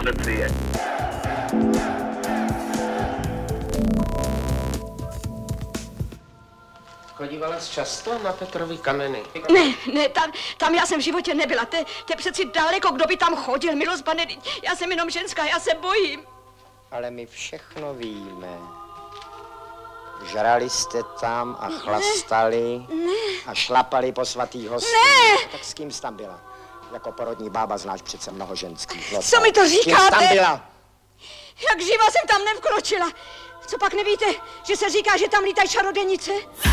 Francie. Chodívala jsi často na Petrovy kameny? Ne, tam já jsem v životě nebyla. To je přeci daleko, kdo by tam chodil, milost pane, já jsem jenom ženská, já se bojím. Ale my všechno víme. Žrali jste tam a chlastali a šlapali po svatých hostích. Ne! Tak s kým jsi tam byla? Jako porodní bába znáš přece mnoho ženských. Co mi to říkáte? S kým jsi tam byla? Jak živa jsem tam nevkročila. Co pak nevíte, že se říká, že tam lítají čarodějnice?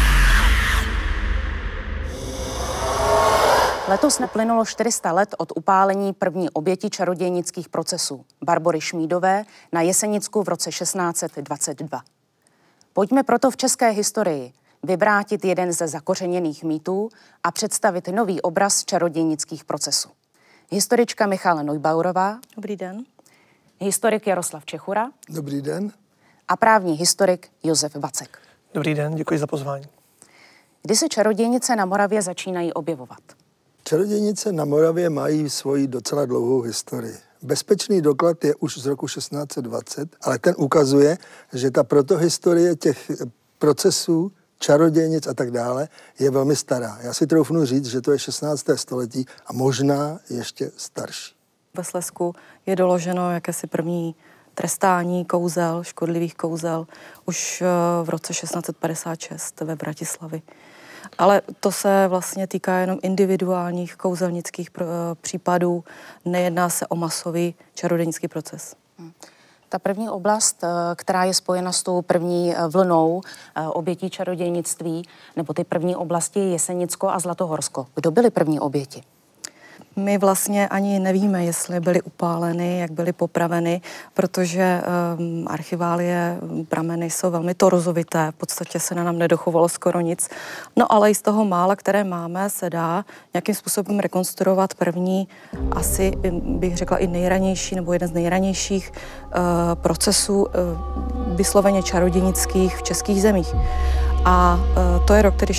Letos neplynulo 400 let od upálení první oběti čarodějnických procesů, Barbory Šmídové, na Jesenicku v roce 1622. Pojďme proto v české historii vyvrátit jeden ze zakořeněných mýtů a představit nový obraz čarodějnických procesů. Historička Michala Neubauerová. Dobrý den. Historik Jaroslav Čechura. Dobrý den. A právní historik Josef Vacek. Dobrý den, děkuji za pozvání. Kdy se čarodějnice na Moravě začínají objevovat? Čarodějnice na Moravě mají svoji docela dlouhou historii. Bezpečný doklad je už z roku 1620, ale ten ukazuje, že ta protohistorie těch procesů, čarodějnic a tak dále je velmi stará. Já si troufnu říct, že to je 16. století a možná ještě starší. Ve Slezsku je doloženo jakési první trestání kouzel, škodlivých kouzel, už v roce 1656 ve Vratislavi. Ale to se vlastně týká jenom individuálních kouzelnických případů, nejedná se o masový čarodějnický proces. Ta první oblast, která je spojena s tou první vlnou obětí čarodějnictví, nebo ty první oblasti Jesenicko a Zlatohorsko. Kdo byly první oběti? My vlastně ani nevíme, jestli byly upáleny, jak byly popraveny, protože archiválie, prameny jsou velmi torozovité, v podstatě se na nám nedochovalo skoro nic. No ale i z toho mála, které máme, se dá nějakým způsobem rekonstruovat první, asi bych řekla i nejranější, nebo jeden z nejranějších procesů vysloveně čarodějnických v českých zemích. A to je rok tedy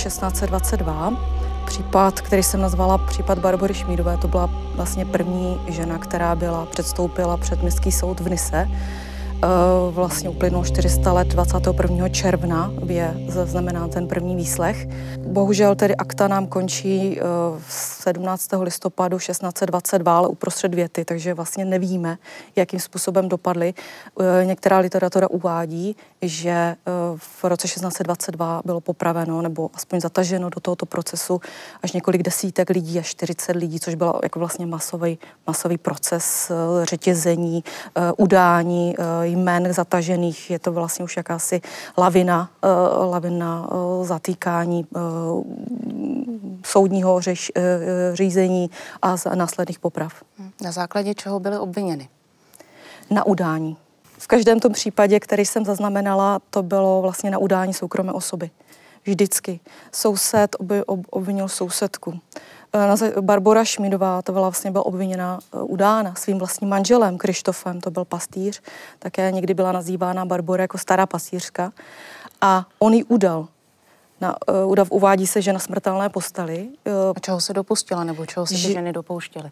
1622. Případ, který jsem nazvala případ Barbory Šmídové, to byla vlastně první žena, která předstoupila před městský soud v Nyse. Vlastně uplynulo 400 let, 21. června je zaznamenán ten první výslech. Bohužel tedy akta nám končí 17. listopadu 1622, ale uprostřed věty, takže vlastně nevíme, jakým způsobem dopadly. Některá literatura uvádí, že v roce 1622 bylo popraveno nebo aspoň zataženo do tohoto procesu až několik desítek lidí, až 40 lidí, což byl jako vlastně masový proces řetězení, udání jmen zatažených. Je to vlastně už jakási lavina zatýkání, soudního řízení a následných poprav. Na základě čeho byly obviněny? Na udání. V každém tom případě, který jsem zaznamenala, to bylo vlastně na udání soukromé osoby. Vždycky. Soused obvinil sousedku. Barbora Šmídová, to vlastně byla obviněna, udána svým vlastním manželem Krištofem, to byl pastýř, také někdy byla nazývána Barbora jako stará pastýřka. A on ji udal. Udav uvádí se, že na smrtelné posteli. A čeho se dopustila, nebo čeho se ty ženy dopouštěly?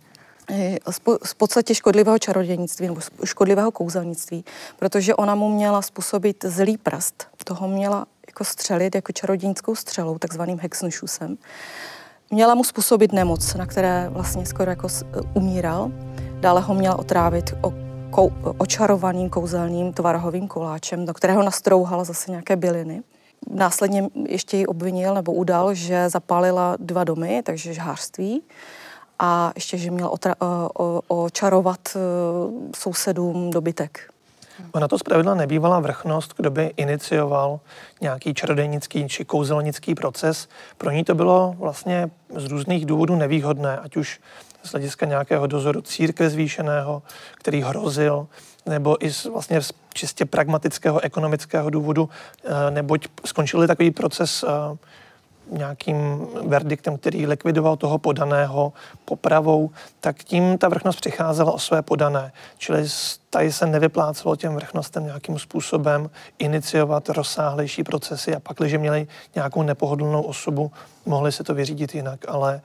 Z podstatě škodlivého čarodějnictví nebo škodlivého kouzelnictví, protože ona mu měla způsobit zlý prst. Toho měla jako střelit jako čarodějnickou střelou, takzvaným hexnušusem. Měla mu způsobit nemoc, na které vlastně skoro jako umíral. Dále ho měla otrávit očarovaným kouzelným tvarohovým koláčem, do kterého nastrouhala zase nějaké byliny. Následně ještě ji obvinil nebo udal, že zapálila 2 domy, takže žhářství. A ještě, že měl očarovat sousedům dobytek. Ona to zpravidla nebývala vrchnost, kdo by inicioval nějaký čarodějnický či kouzelnický proces. Pro ní to bylo vlastně z různých důvodů nevýhodné, ať už z hlediska nějakého dozoru církve zvýšeného, který hrozil, nebo i vlastně z čistě pragmatického ekonomického důvodu, neboť skončil takový proces nějakým verdiktem, který likvidoval toho podaného popravou, tak tím ta vrchnost přicházela o své podané. Čili tady se nevyplácelo těm vrchnostem nějakým způsobem iniciovat rozsáhlejší procesy a pak, když měli nějakou nepohodlnou osobu, mohli se to vyřídit jinak, ale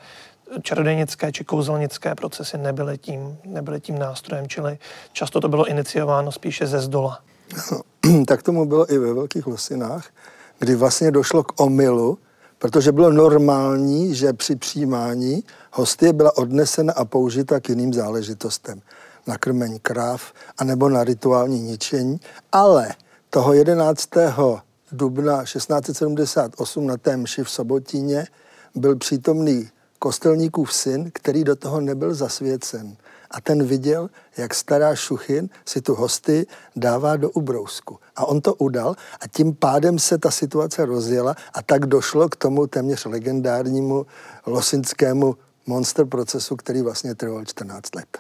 čarodějnické či kouzelnické procesy nebyly tím nástrojem, čili často to bylo iniciováno spíše ze zdola. No, tak tomu bylo i ve Velkých Losinách, kdy vlastně došlo k omylu, protože bylo normální, že při přijímání hostie byla odnesena a použita k jiným záležitostem. Na krmení kráv, anebo na rituální ničení, ale toho 11. dubna 1678 na té mši v Sobotíně byl přítomný kostelníkův syn, který do toho nebyl zasvěcen. A ten viděl, jak stará Šuchin si tu hostii dává do ubrousku. A on to udal a tím pádem se ta situace rozjela a tak došlo k tomu téměř legendárnímu losinskému monster procesu, který vlastně trval 14 let.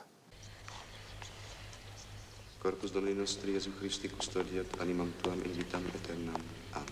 Corpus Domini nostri Jesu Christi custodiat animam tuam in vitam aeternam. Amen.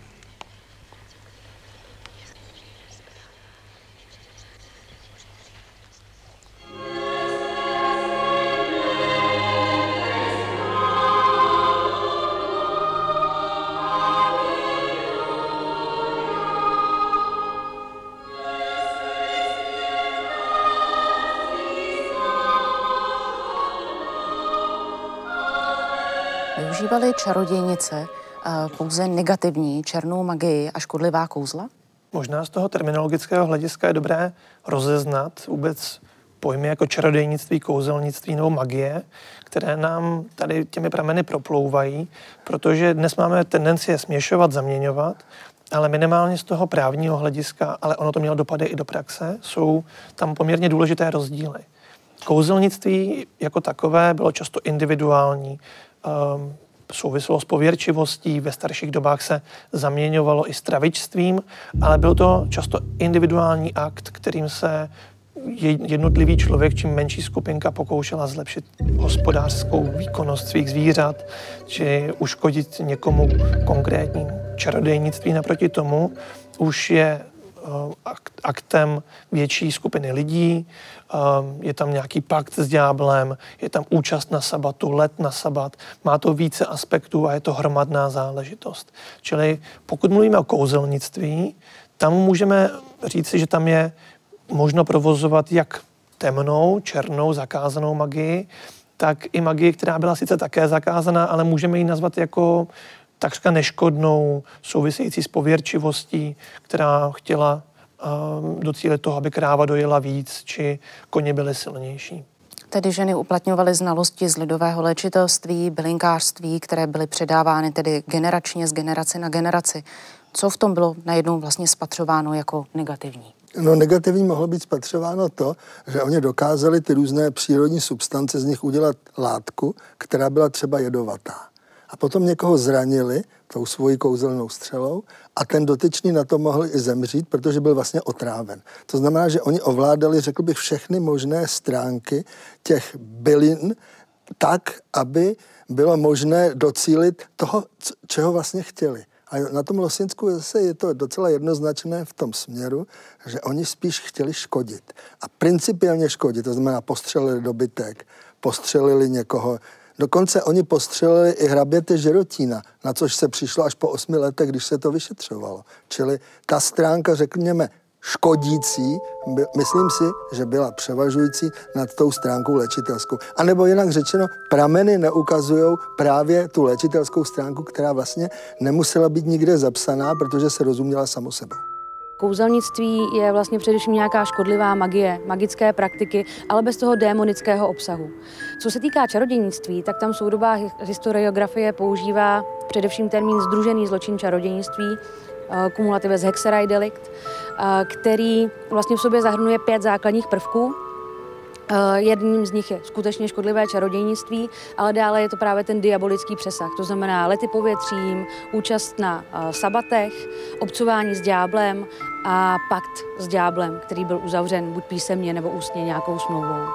Využívaly čarodějnice pouze negativní černou magii a škodlivá kouzla? Možná z toho terminologického hlediska je dobré rozeznat vůbec pojmy jako čarodějnictví, kouzelnictví nebo magie, které nám tady těmi prameny proplouvají, protože dnes máme tendenci je směšovat, zaměňovat, ale minimálně z toho právního hlediska, ale ono to mělo dopady i do praxe, jsou tam poměrně důležité rozdíly. Kouzelnictví jako takové bylo často individuální, souviselo s pověrčivostí, ve starších dobách se zaměňovalo i s travičstvím, ale byl to často individuální akt, kterým se jednotlivý člověk, čím menší skupinka pokoušela zlepšit hospodářskou výkonnost svých zvířat, či uškodit někomu konkrétním. Čarodějnictví naproti tomu už je aktem větší skupiny lidí, je tam nějaký pakt s ďáblem, je tam účast na sabatu, let na sabat, má to více aspektů a je to hromadná záležitost. Čili pokud mluvíme o kouzelnictví, tam můžeme říci, že tam je možno provozovat jak temnou, černou, zakázanou magii, tak i magii, která byla sice také zakázaná, ale můžeme ji nazvat jako takřka neškodnou, související s pověrčivostí, která chtěla docílit toho, aby kráva dojela víc, či koně byly silnější. Tedy ženy uplatňovaly znalosti z lidového léčitelství, bylinkářství, které byly předávány tedy generačně z generace na generaci. Co v tom bylo najednou vlastně spatřováno jako negativní? No, negativní mohlo být spatřováno to, že oni dokázali ty různé přírodní substance z nich udělat látku, která byla třeba jedovatá. A potom někoho zranili tou svojí kouzelnou střelou a ten dotyčný na to mohl i zemřít, protože byl vlastně otráven. To znamená, že oni ovládali, řekl bych, všechny možné stránky těch bylin tak, aby bylo možné docílit toho, čeho vlastně chtěli. A na tom Losinsku zase je to docela jednoznačné v tom směru, že oni spíš chtěli škodit. A principiálně škodit, to znamená postřelili dobytek, postřelili někoho. Dokonce oni postřelili i hraběte Žerotína, na což se přišlo až po 8 letech, když se to vyšetřovalo. Čili ta stránka, řekněme, škodící, myslím si, že byla převažující nad tou stránkou léčitelskou. A nebo jinak řečeno, prameny neukazují právě tu léčitelskou stránku, která vlastně nemusela být nikde zapsaná, protože se rozuměla samo sebou. Kouzelnictví je vlastně především nějaká škodlivá magie, magické praktiky, ale bez toho démonického obsahu. Co se týká čarodějnictví, tak tam soudobá historiografie používá především termín sdružený zločin čarodějnictví, cumulative hexerei delict, který vlastně v sobě zahrnuje 5 základních prvků. Jedním z nich je skutečně škodlivé čarodějnictví, ale dále je to právě ten diabolický přesah. To znamená lety povětřím, účast na sabatech, obcování s ďáblem a pakt s ďáblem, který byl uzavřen buď písemně nebo ústně nějakou smlouvou.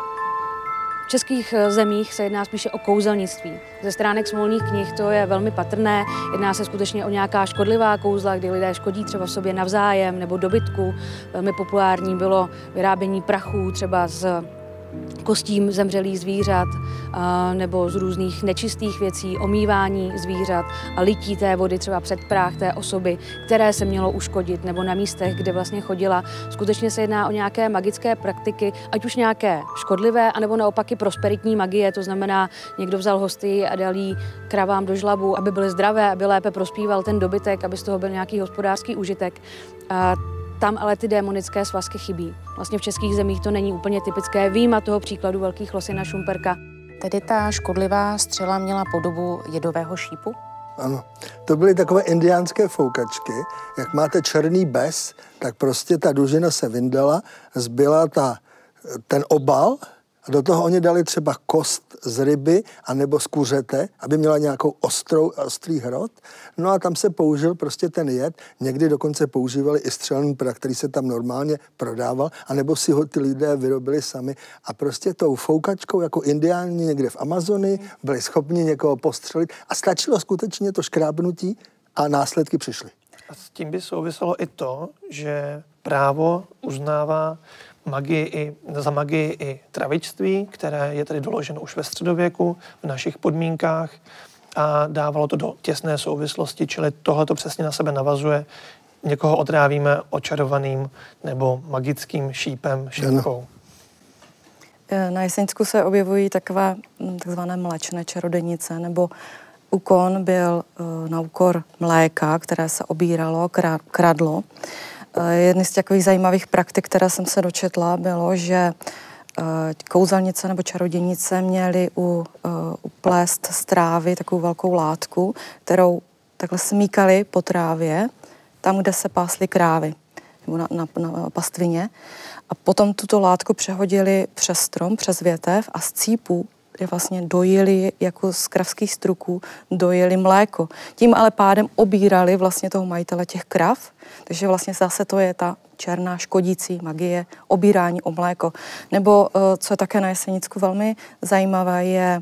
V českých zemích se jedná spíše o kouzelnictví. Ze stránek smolných knih to je velmi patrné. Jedná se skutečně o nějaká škodlivá kouzla, kdy lidé škodí třeba v sobě navzájem nebo dobytku. Velmi populární bylo vyrábění prachů třeba z kostím zemřelých zvířat nebo z různých nečistých věcí, omývání zvířat a lití té vody třeba před práh té osoby, které se mělo uškodit, nebo na místech, kde vlastně chodila. Skutečně se jedná o nějaké magické praktiky, ať už nějaké škodlivé, anebo naopak i prosperitní magie, to znamená, někdo vzal hosty a dal jí kravám do žlabu, aby byly zdravé, aby lépe prospíval ten dobytek, aby z toho byl nějaký hospodářský užitek. Tam ale ty démonické svazky chybí. Vlastně v českých zemích to není úplně typické, vyjma toho příkladu velkých losina šumperka. Tedy ta škodlivá střela měla podobu jedového šípu? Ano, to byly takové indiánské foukačky. Jak máte černý bez, tak prostě ta dužina se vyndala, zbyla ten obal a do toho oni dali třeba kost z ryby anebo z kuřete, aby měla nějakou ostrý hrot. No a tam se použil prostě ten jed. Někdy dokonce používali i střelný prach, který se tam normálně prodával, anebo si ho ty lidé vyrobili sami. A prostě tou foukačkou jako indiáni někde v Amazonii byli schopni někoho postřelit a stačilo skutečně to škrábnutí a následky přišly. A s tím by souviselo i to, že právo uznává za magii i travičství, které je tedy doloženo už ve středověku v našich podmínkách a dávalo to do těsné souvislosti, čili tohle to přesně na sebe navazuje. Někoho otrávíme očarovaným nebo magickým šípem, šipkou. Na Jesenicku se objevují takzvané mléčné čarodějnice, nebo úkon byl na úkor mléka, které se obíralo, kradlo. Jedny z takových zajímavých praktik, které jsem se dočetla, bylo, že kouzelnice nebo čarodějnice měly uplést z trávy takovou velkou látku, kterou takhle smíkali po trávě, tam, kde se pásly krávy, nebo na pastvině. A potom tuto látku přehodili přes strom, přes větev a z cípů, kde vlastně dojili, jako z kravských struků, dojili mléko. Tím ale pádem obírali vlastně toho majitele těch krav, takže vlastně zase to je ta černá škodící magie, obírání o mléko. Nebo, co je také na Jesenicku velmi zajímavé, je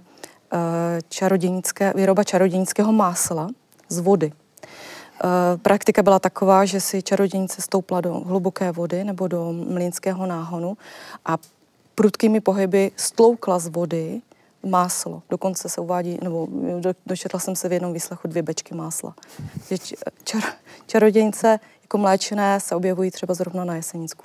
výroba čarodějnického másla z vody. Praktika byla taková, že si čarodějnice stoupla do hluboké vody nebo do mlýnského náhonu a prudkými pohyby stloukla z vody máslo. Dokonce se uvádí, nebo dočetla jsem se v jednom výslechu 2 bečky másla. Čarodějnice jako mléčné se objevují třeba zrovna na Jesenicku.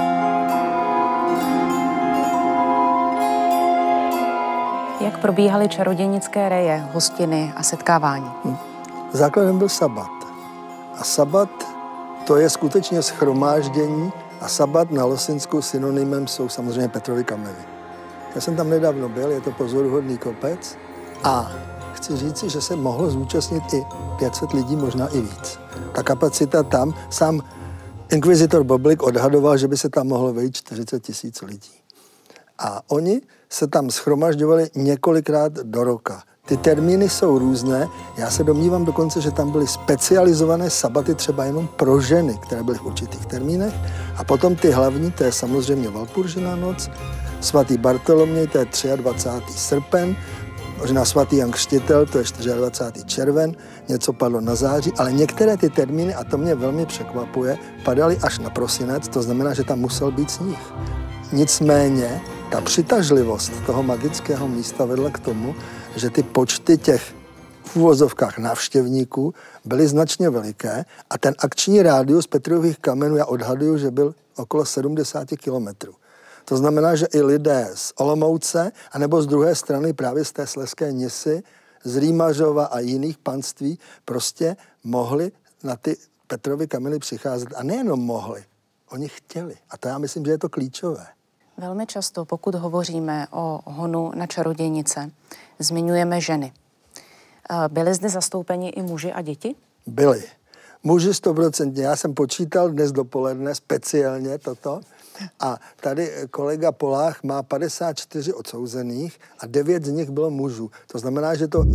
Jak probíhaly čarodějnické reje, hostiny a setkávání? Základem byl sabat. A sabat to je skutečně shromáždění a sabat na Losinsku synonymem jsou samozřejmě Petrovy kameny. Já jsem tam nedávno byl, je to pozoruhodný kopec a chci říci, že se mohlo zúčastnit i 500 lidí, možná i víc. Ta kapacita tam, sám inkvizitor Boblik odhadoval, že by se tam mohlo vejít 40 000 lidí. A oni se tam shromažďovali několikrát do roka. Ty termíny jsou různé. Já se domnívám dokonce, že tam byly specializované sabaty třeba jenom pro ženy, které byly v určitých termínech. A potom ty hlavní, to je samozřejmě Valpuržina noc, svatý Bartoloměj, to je 23. srpen, možná svatý Jan Křtitel, to je 24. červen, něco padlo na září, ale některé ty termíny, a to mě velmi překvapuje, padaly až na prosinec, to znamená, že tam musel být sníh. Nicméně ta přitažlivost toho magického místa vedla k tomu, že ty počty těch v úvozovkách návštěvníků byly značně veliké a ten akční rádius Petrových kamenů já odhaduju, že byl okolo 70 kilometrů. To znamená, že i lidé z Olomouce, anebo z druhé strany právě z té Slezské Nisy, z Rýmařova a jiných panství prostě mohli na ty Petrovy kameny přicházet. A nejenom mohli, oni chtěli. A to já myslím, že je to klíčové. Velmi často, pokud hovoříme o honu na čarodějnice, zmiňujeme ženy. Byli zde zastoupeni i muži a děti? Byli. Muži 100%. Já jsem počítal dnes dopoledne speciálně toto. A tady kolega Polách má 54 odsouzených a 9 z nich bylo mužů. To znamená, že to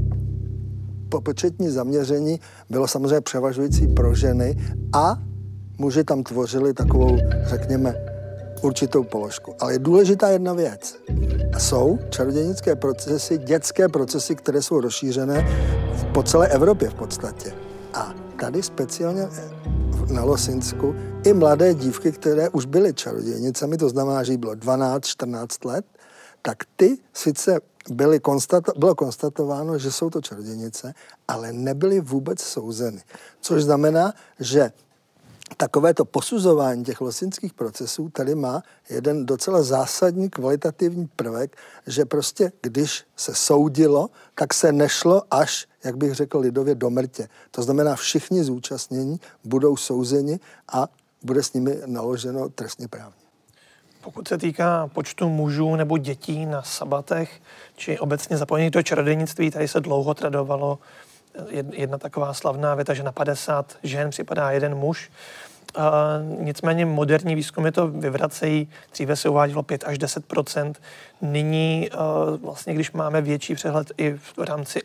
početní zaměření bylo samozřejmě převažující pro ženy a muži tam tvořili takovou, řekněme, určitou položku. Ale je důležitá jedna věc. Jsou čarodějnické procesy, dětské procesy, které jsou rozšířené po celé Evropě v podstatě. A tady speciálně v na Losinsku i mladé dívky, které už byly čarodějnicemi, to znamená, že jí bylo 12-14 let, tak ty sice bylo konstatováno, že jsou to čarodějnice, ale nebyly vůbec souzeny. Což znamená, že takovéto posuzování těch losinských procesů tady má jeden docela zásadní kvalitativní prvek, že prostě když se soudilo, tak se nešlo až, jak bych řekl lidově, do mrtě. To znamená, všichni zúčastnění budou souzeni a bude s nimi naloženo trestně právně. Pokud se týká počtu mužů nebo dětí na sabatech, či obecně zapojených do čarodějnictví, tady se dlouho tradovalo jedna taková slavná věta, že na 50 žen připadá jeden muž. Nicméně moderní výzkumy to vyvracejí. Dříve se uvádělo 5 až 10%. Nyní vlastně, když máme větší přehled i v rámci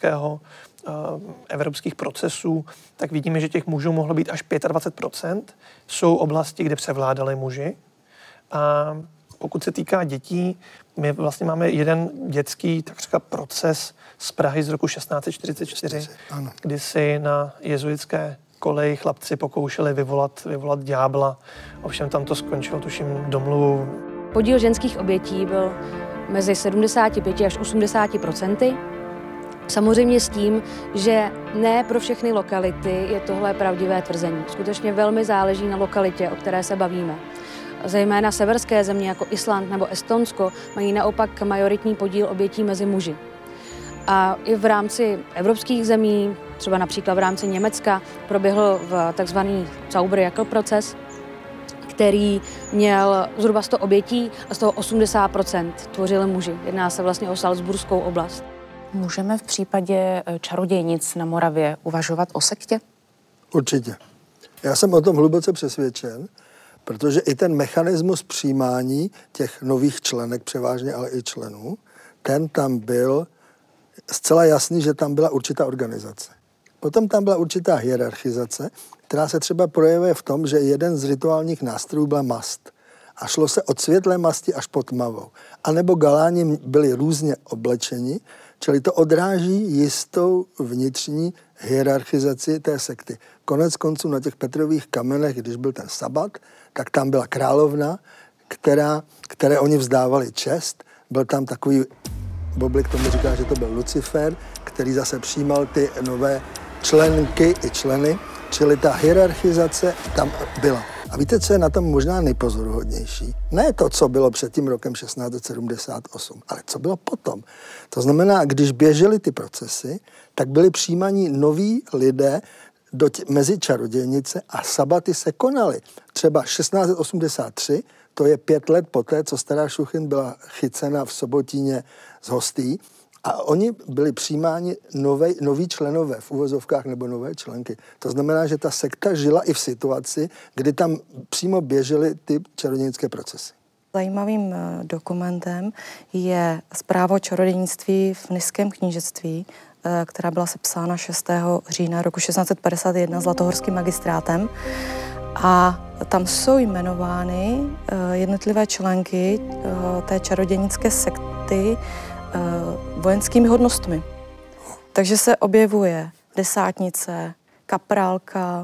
evropských procesů, tak vidíme, že těch mužů mohlo být až 25%. Jsou oblasti, kde převládali muži. A pokud se týká dětí, my vlastně máme jeden dětský takřka proces z Prahy z roku 1644, kdy si na jezuitské koleji chlapci pokoušeli vyvolat ďábla. Ovšem tam to skončilo, tuším, domluvou. Podíl ženských obětí byl mezi 75 až 80%. Samozřejmě s tím, že ne pro všechny lokality je tohle pravdivé tvrzení. Skutečně velmi záleží na lokalitě, o které se bavíme. Zejména severské země jako Island nebo Estonsko mají naopak majoritní podíl obětí mezi muži. A i v rámci evropských zemí, třeba například v rámci Německa, proběhl takzvaný Zauberjäkel proces, který měl zhruba 100 obětí a z toho 80% tvořili muži. Jedná se vlastně o Salzburskou oblast. Můžeme v případě čarodějnic na Moravě uvažovat o sektě? Určitě. Já jsem o tom hluboce přesvědčen, protože i ten mechanismus přijímání těch nových členek, převážně ale i členů, ten tam byl zcela jasný, že tam byla určitá organizace. Potom tam byla určitá hierarchizace, která se třeba projevuje v tom, že jeden z rituálních nástrojů byla mast. A šlo se od světlé masti až po tmavou. A nebo galáni byli různě oblečeni, čili to odráží jistou vnitřní hierarchizaci té sekty. Konec konců na těch Petrových kamenech, když byl ten sabat, tak tam byla královna, které oni vzdávali čest. Byl tam takový, Boblik tomu říká, že to byl Lucifer, který zase přijímal ty nové členky i členy, čili ta hierarchizace tam byla. A víte, co je na tom možná nejpozoruhodnější? Ne to, co bylo před tím rokem 1678, ale co bylo potom. To znamená, když běžely ty procesy, tak byli přijímaní noví lidé mezi čarodějnice a sabaty se konaly. Třeba 1683, to je 5 let poté, co stará Šuchin byla chycena v Sobotíně z hostí, a oni byli přijímáni noví členové v uvozovkách nebo nové členky. To znamená, že ta sekta žila i v situaci, kdy tam přímo běžely ty čarodějnické procesy. Zajímavým dokumentem je zpráva o čarodějnictví v Nižském knížectví, která byla sepsána 6. října roku 1651 zlatohorským magistrátem. A tam jsou jmenovány jednotlivé členky té čarodějnické sekty vojenskými hodnostmi. Takže se objevuje desátnice, kaprálka,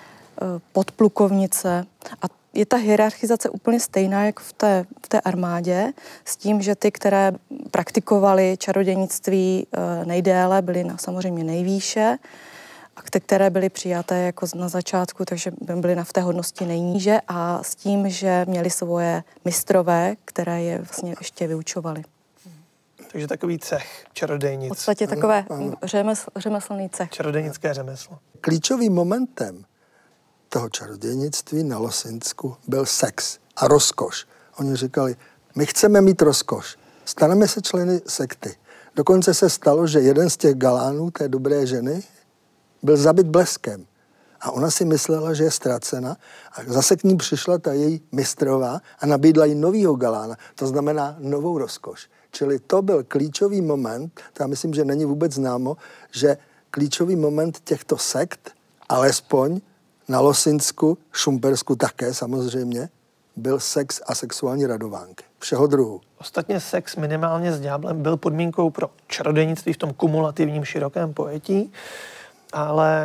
podplukovnice a je ta hierarchizace úplně stejná, jak v té armádě, s tím, že ty, které praktikovaly čarodějnictví nejdéle, byly samozřejmě nejvýše a ty, které byly přijaté jako na začátku, takže byly v té hodnosti nejníže a s tím, že měly svoje mistrové, které je vlastně ještě vyučovaly. Takže takový cech čarodějnic. V podstatě takové řemeslný cech. Čarodějnické řemeslo. Klíčovým momentem toho čarodějnictví na Losinsku byl sex a rozkoš. Oni říkali, my chceme mít rozkoš, staneme se členy sekty. Dokonce se stalo, že jeden z těch galánů té dobré ženy byl zabit bleskem. A ona si myslela, že je ztracena a zase k ní přišla ta její mistrová a nabídla jí novýho galána, to znamená novou rozkoš. Čili to byl klíčový moment, to já myslím, že není vůbec známo, že klíčový moment těchto sekt, alespoň na Losinsku, Šumpersku také samozřejmě, byl sex a sexuální radovánky. Všeho druhu. Ostatně sex minimálně s ďáblem byl podmínkou pro čarodějnictví v tom kumulativním širokém pojetí, ale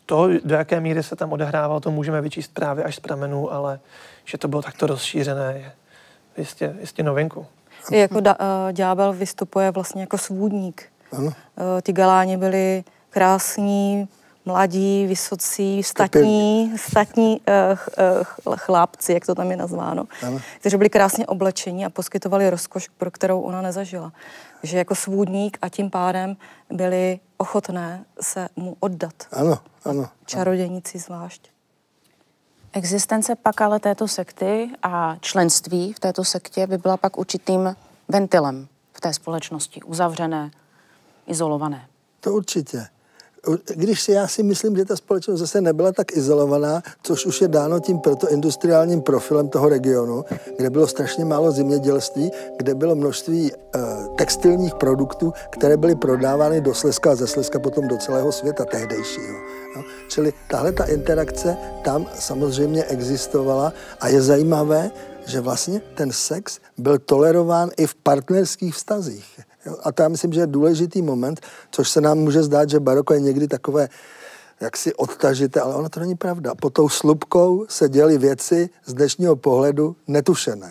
To, do jaké míry se tam odehrával, to můžeme vyčíst právě až z pramenů, ale že to bylo takto rozšířené, je jistě novinku. Jako ďábel vystupuje vlastně jako svůdník. Ti Galáni byli krásní, mladí, vysocí, statní chlapci, jak to tam je nazváno, kteří byli krásně oblečení a poskytovali rozkoš, pro kterou ona nezažila. Takže jako svůdník a tím pádem byli ochotné se mu oddat. Ano. Čarodějníci zvlášť. Existence pak ale této sekty a členství v této sektě by byla pak určitým ventilem v té společnosti, uzavřené, izolované. To určitě. Když já si myslím, že ta společnost zase nebyla tak izolovaná, což už je dáno tím protoindustriálním profilem toho regionu, kde bylo strašně málo zemědělství, kde bylo množství textilních produktů, které byly prodávány do Slezska a ze Slezska potom do celého světa tehdejšího. No, čili tahle ta interakce tam samozřejmě existovala a je zajímavé, že vlastně ten sex byl tolerován i v partnerských vztazích. A to já myslím, že je důležitý moment, což se nám může zdát, že baroko je někdy takové jaksi odtažité, ale ono to není pravda. Pod tou slupkou se děly věci z dnešního pohledu netušené.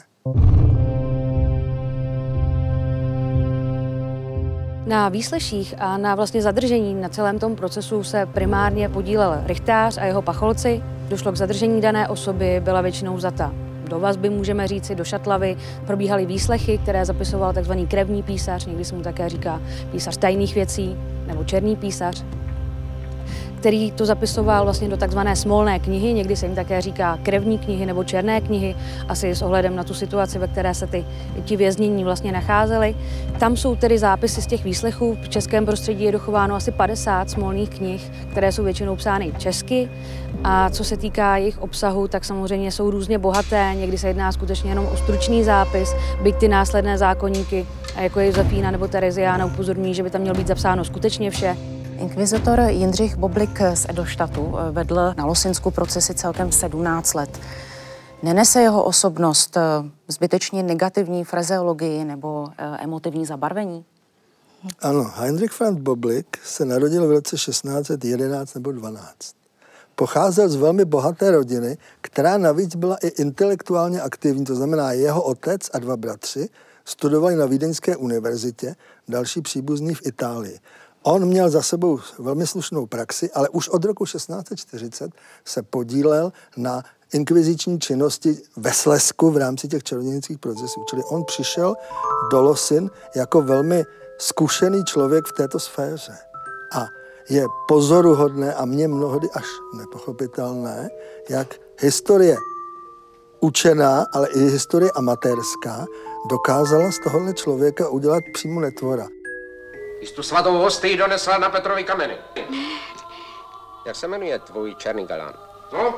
Na výsleších a na vlastně zadržení na celém tom procesu se primárně podílel rychtář a jeho pacholci. Došlo k zadržení dané osoby, byla většinou vzata do vazby, můžeme říci, do šatlavy. Probíhaly výslechy, které zapisoval tzv. Krevní písař, někdy se mu také říká písař tajných věcí nebo černý písař, který to zapisoval vlastně do takzvané smolné knihy, někdy se jim také říká krevní knihy nebo černé knihy, asi s ohledem na tu situaci, ve které se ti věznění vlastně nacházeli. Tam jsou tedy zápisy z těch výslechů. V českém prostředí je dochováno asi 50 smolných knih, které jsou většinou psány česky. A co se týká jejich obsahu, tak samozřejmě jsou různě bohaté, někdy se jedná skutečně jenom o stručný zápis, byť ty následné zákoníky, a jako Josefína nebo Tereziána upozorňují, že by tam mělo být zapsáno skutečně vše. Inkvizitor Jindřich Boblik z Edelštatu vedl na Losinsku procesy celkem 17 let. Nenese jeho osobnost zbytečně negativní frazeologii nebo emotivní zabarvení? Ano, Heinrich Franz Boblik se narodil v roce 1611 nebo 12. Pocházel z velmi bohaté rodiny, která navíc byla i intelektuálně aktivní, to znamená jeho otec a dva bratři studovali na Vídeňské univerzitě, další příbuzný v Itálii. On měl za sebou velmi slušnou praxi, ale už od roku 1640 se podílel na inkviziční činnosti ve Slezsku v rámci těch čarodějnických procesů. Čili on přišel do Losin jako velmi zkušený člověk v této sféře. A je pozoruhodné a mně mnohdy až nepochopitelné, jak historie učená, ale i historie amatérská dokázala z tohohle člověka udělat přímo netvora. Jsi tu svatou hostii donesla na Petrovy kameny. Jak se jmenuje tvůj černý galán? No?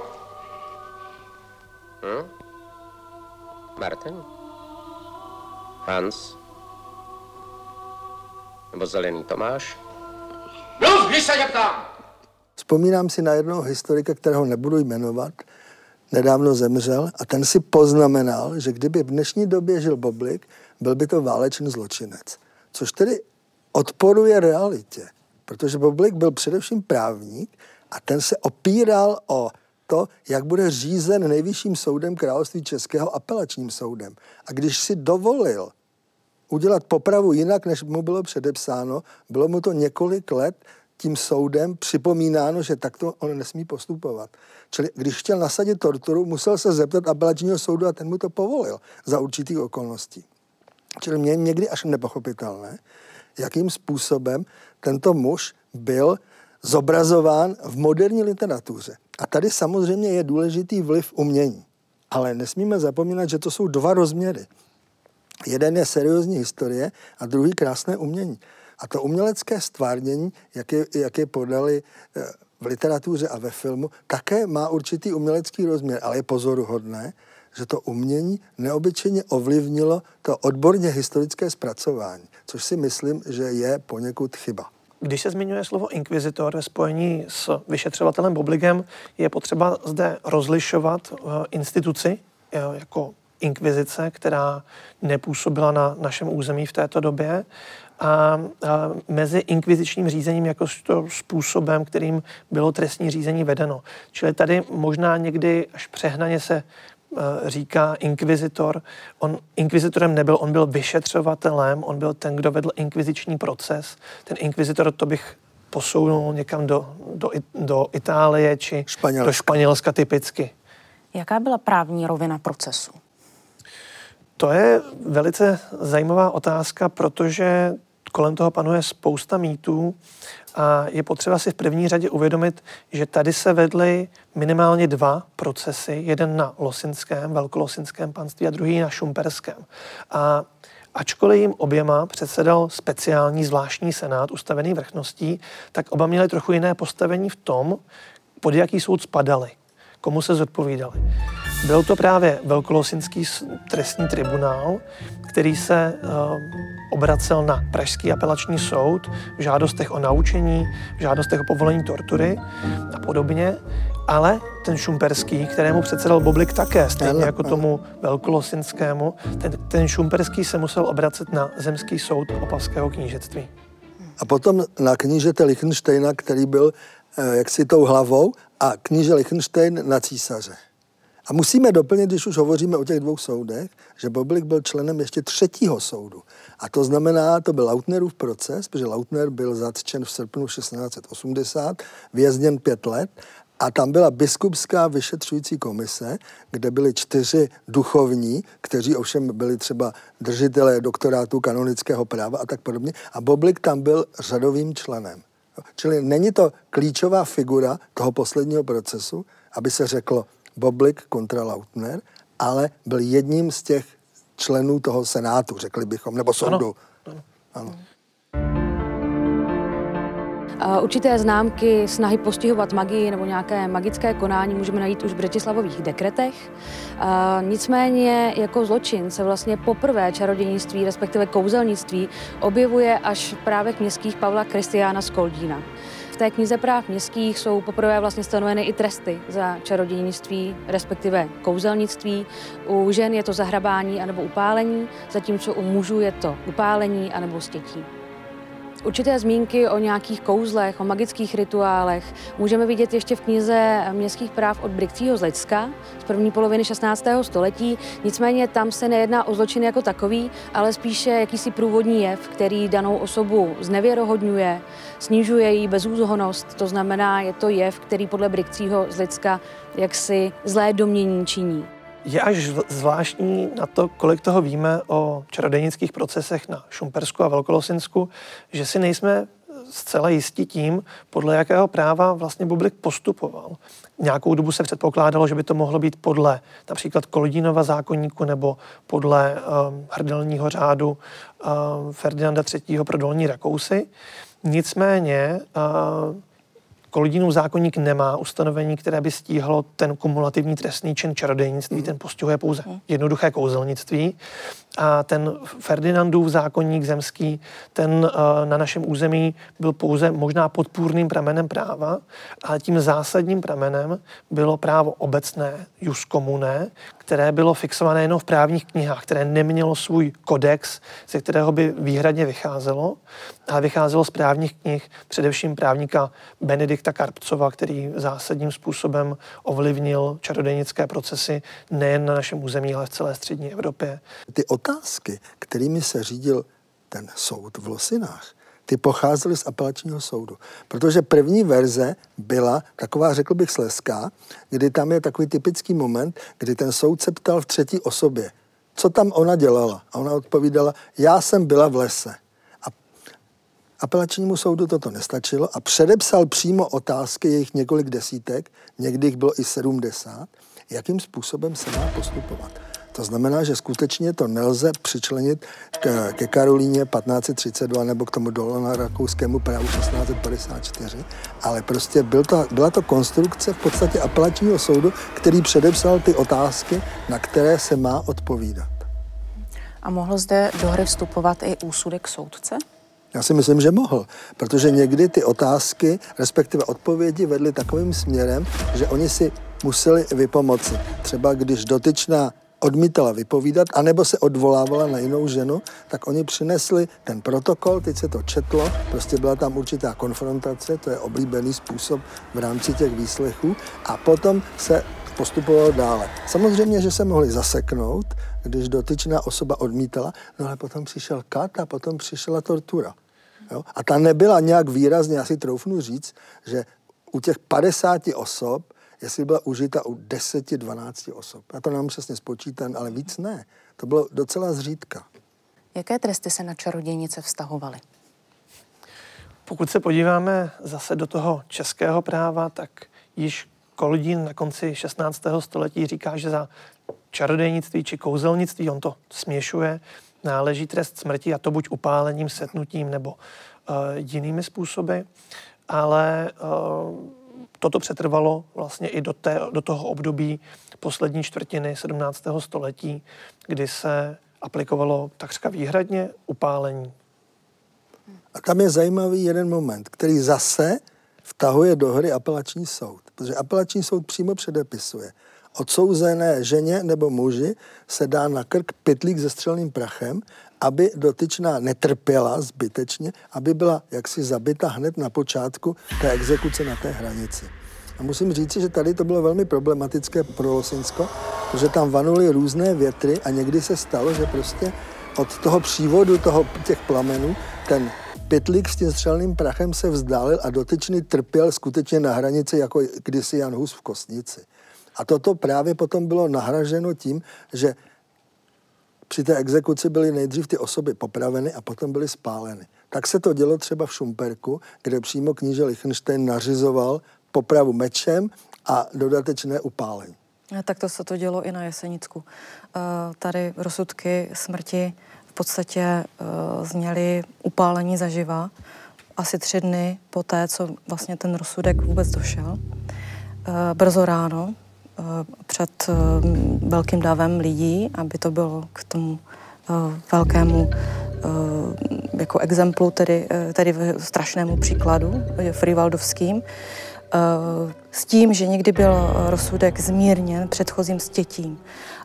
Martin? Hans? Nebo Zelený Tomáš? No, když se tě ptám! Vzpomínám si na jednoho historika, kterého nebudu jmenovat, nedávno zemřel a ten si poznamenal, že kdyby v dnešní době žil Boblik, byl by to válečný zločinec. Což tedy odporuje realitě, protože Boblik byl především právník a ten se opíral o to, jak bude řízen Nejvyšším soudem království českého apelačním soudem. A když si dovolil udělat popravu jinak, než mu bylo předepsáno, bylo mu to několik let tím soudem připomínáno, že takto on nesmí postupovat. Čili když chtěl nasadit torturu, musel se zeptat apelačního soudu a ten mu to povolil za určitých okolností. Čili mě někdy až nepochopitelné, jakým způsobem tento muž byl zobrazován v moderní literatuře. A tady samozřejmě je důležitý vliv umění. Ale nesmíme zapomínat, že to jsou dva rozměry. Jeden je seriózní historie a druhý krásné umění. A to umělecké stvárnění, jak je podali v literatuře a ve filmu, také má určitý umělecký rozměr, ale je pozoruhodné, že to umění neobyčejně ovlivnilo to odborně historické zpracování, což si myslím, že je poněkud chyba. Když se zmiňuje slovo inkvizitor ve spojení s vyšetřovatelem Bobligem, je potřeba zde rozlišovat instituci jako inkvizice, která nepůsobila na našem území v této době, a mezi inkvizičním řízením jako způsobem, kterým bylo trestní řízení vedeno. Čili tady možná někdy až přehnaně se říká inkvizitor. On inkvizitorem nebyl, on byl vyšetřovatelem, on byl ten, kdo vedl inkviziční proces. Ten inkvizitor, to bych posunul někam do Itálie či do Španělska typicky. Jaká byla právní rovina procesu? To je velice zajímavá otázka, protože kolem toho panuje spousta mýtů a je potřeba si v první řadě uvědomit, že tady se vedly minimálně 2 procesy, jeden na Losinském, velkolosinském panství a druhý na Šumperském. A ačkoliv jim oběma předsedal speciální zvláštní senát ustavený vrchností, tak oba měli trochu jiné postavení v tom, pod jaký soud spadali, komu se zodpovídali. Byl to právě velkolosinský trestní tribunál, který se obracel na Pražský apelační soud v žádostech o naučení, v žádostech o povolení tortury a podobně, ale ten šumperský, kterému předsedal Boblik také, stejně jako tomu velkolosinskému, ten šumperský se musel obracet na zemský soud Opavského knížectví. A potom na knížete Lichtensteina, který byl jaksi tou hlavou, a kníže Lichtenstein na císaře. A musíme doplnit, když už hovoříme o těch 2 soudech, že Boblik byl členem ještě 3. soudu. A to znamená, to byl Lautnerův proces, protože Lautner byl zatčen v srpnu 1680, vězněn 5 let, a tam byla biskupská vyšetřující komise, kde byli 4 duchovní, kteří ovšem byli třeba držitelé doktorátu kanonického práva a tak podobně. A Boblik tam byl řadovým členem. Čili není to klíčová figura toho posledního procesu, aby se řeklo Boblik kontra Lautner, ale byl jedním z těch členů toho senátu, řekli bychom, nebo soudu. Ano. Určité známky snahy postihovat magii nebo nějaké magické konání můžeme najít už v Břetislavových dekretech. Nicméně jako zločin se vlastně poprvé čarodějnictví, respektive kouzelnictví, objevuje až v právech městských Pavla Kristiána Skoldína. V té knize práv městských jsou poprvé vlastně stanoveny i tresty za čarodějnictví, respektive kouzelnictví. U žen je to zahrabání anebo upálení, zatímco u mužů je to upálení anebo stětí. Určité zmínky o nějakých kouzlech, o magických rituálech můžeme vidět ještě v knize městských práv od Brychcího z Lidska z první poloviny 16. století. Nicméně tam se nejedná o zločin jako takový, ale spíše jakýsi průvodní jev, který danou osobu znevěrohodňuje, snižuje její bezúhonnost. To znamená, je to jev, který podle Brychcího z Lidska jaksi zlé domnění činí. Je až zvláštní na to, kolik toho víme o čarodějnických procesech na Šumpersku a Velkolosinsku, že si nejsme zcela jistí tím, podle jakého práva vlastně Boblik postupoval. Nějakou dobu se předpokládalo, že by to mohlo být podle například Koldínova zákoníku nebo podle hrdelního řádu Ferdinanda III. Pro Dolní Rakousy. Nicméně Koldínův zákoník nemá ustanovení, které by stíhalo ten kumulativní trestný čin čarodějnictví, ten postihuje pouze jednoduché kouzelnictví. A ten Ferdinandův zákoník zemský, ten na našem území byl pouze možná podpůrným pramenem práva, ale tím zásadním pramenem bylo právo obecné, jus communae, které bylo fixované jenom v právních knihách, které nemělo svůj kodex, ze kterého by výhradně vycházelo, ale vycházelo z právních knih, především právníka Benedikta Karpcova, který zásadním způsobem ovlivnil čarodějnické procesy nejen na našem území, ale v celé střední Evropě. Ty otázky, kterými se řídil ten soud v Losinách, ty pocházely z apelačního soudu. Protože první verze byla taková, řekl bych, slezská, kdy tam je takový typický moment, kdy ten soud se ptal v 3. osobě, co tam ona dělala. A ona odpovídala, já jsem byla v lese. A apelačnímu soudu toto nestačilo a předepsal přímo otázky, jejich několik desítek, někdy jich bylo i 70, jakým způsobem se má postupovat. To znamená, že skutečně to nelze přičlenit ke Karolíně 1532 nebo k tomu dolnorakouskému právu 1654, ale prostě byla to konstrukce v podstatě apelačního soudu, který předepsal ty otázky, na které se má odpovídat. A mohl zde do hry vstupovat i úsudek soudce? Já si myslím, že mohl, protože někdy ty otázky, respektive odpovědi vedly takovým směrem, že oni si museli vypomoci. Třeba když dotyčná odmítala vypovídat, anebo se odvolávala na jinou ženu, tak oni přinesli ten protokol, teď se to četlo, prostě byla tam určitá konfrontace, to je oblíbený způsob v rámci těch výslechů, a potom se postupovalo dále. Samozřejmě, že se mohli zaseknout, když dotyčná osoba odmítala, no ale potom přišel kat a potom přišla tortura. Jo? A ta nebyla nějak výrazně, já si troufnu říct, že u těch 50 osob, jestli byla užita u 10-12 osob. Já to nám přesně spočítám, ale víc ne. To bylo docela zřídka. Jaké tresty se na čarodějnice vztahovaly? Pokud se podíváme zase do toho českého práva, tak již Kolodín na konci 16. století říká, že za čarodějnictví či kouzelnictví, on to směšuje, náleží trest smrti, a to buď upálením, setnutím nebo jinými způsoby, ale toto přetrvalo vlastně i do toho období poslední čtvrtiny 17. století, kdy se aplikovalo takřka výhradně upálení. A tam je zajímavý jeden moment, který zase vtahuje do hry apelační soud. Protože apelační soud přímo předepisuje. Odsouzené ženě nebo muži se dá na krk pytlík se střelným prachem, aby dotyčná netrpěla zbytečně, aby byla jaksi zabita hned na počátku té exekuce na té hranici. A musím říci, že tady to bylo velmi problematické pro Losinsko, protože tam vanuly různé větry a někdy se stalo, že prostě od toho přívodu těch plamenů ten pytlík s tím střelným prachem se vzdálil a dotyčný trpěl skutečně na hranici, jako kdysi Jan Hus v Kostnici. A toto právě potom bylo nahraženo tím, že při té exekuci byly nejdřív ty osoby popraveny a potom byly spáleny. Tak se to dělo třeba v Šumperku, kde přímo kníže Lichtenštejn nařizoval popravu mečem a dodatečné upálení. Tak to se to dělo i na Jesenicku. Tady rozsudky smrti v podstatě zněly upálení zaživa asi 3 dny poté, co vlastně ten rozsudek vůbec došel. Brzo ráno, před velkým davem lidí, aby to bylo k tomu velkému jako exemplu, tedy strašnému příkladu frývaldovským, s tím, že někdy byl rozsudek zmírněn předchozím stětím.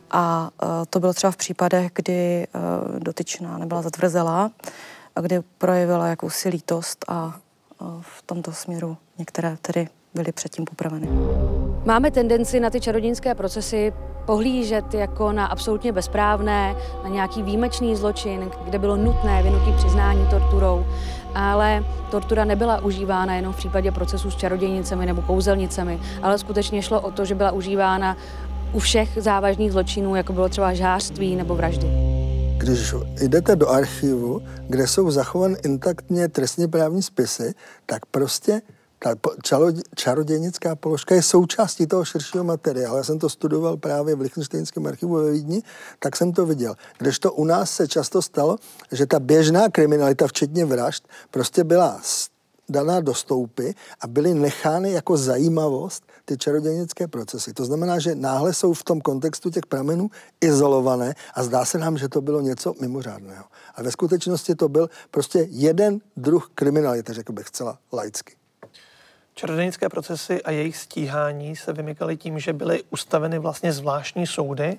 A to bylo třeba v případech, kdy dotyčná nebyla zatvrzelá a kdy projevila jakousi lítost a v tomto směru některé tedy byly předtím popraveny. Máme tendenci na ty čarodějnické procesy pohlížet jako na absolutně bezprávné, na nějaký výjimečný zločin, kde bylo nutné vynutí přiznání torturou, ale tortura nebyla užívána jenom v případě procesů s čarodějnicemi nebo kouzelnicemi, ale skutečně šlo o to, že byla užívána u všech závažných zločinů, jako bylo třeba žhářství nebo vraždy. Když jdete do archivu, kde jsou zachovány intaktně trestně právní spisy, tak prostě ta čarodějnická položka je součástí toho širšího materiálu. Já jsem to studoval právě v Lichtenštejnském archivu ve Vídni, tak jsem to viděl. Kdežto u nás se často stalo, že ta běžná kriminalita, včetně vražd, prostě byla daná do stoupy a byly nechány jako zajímavost ty čarodějnické procesy. To znamená, že náhle jsou v tom kontextu těch pramenů izolované a zdá se nám, že to bylo něco mimořádného. A ve skutečnosti to byl prostě jeden druh kriminality, řekl bych zcela laicky. Čarodějnické procesy a jejich stíhání se vymykaly tím, že byly ustaveny vlastně zvláštní soudy,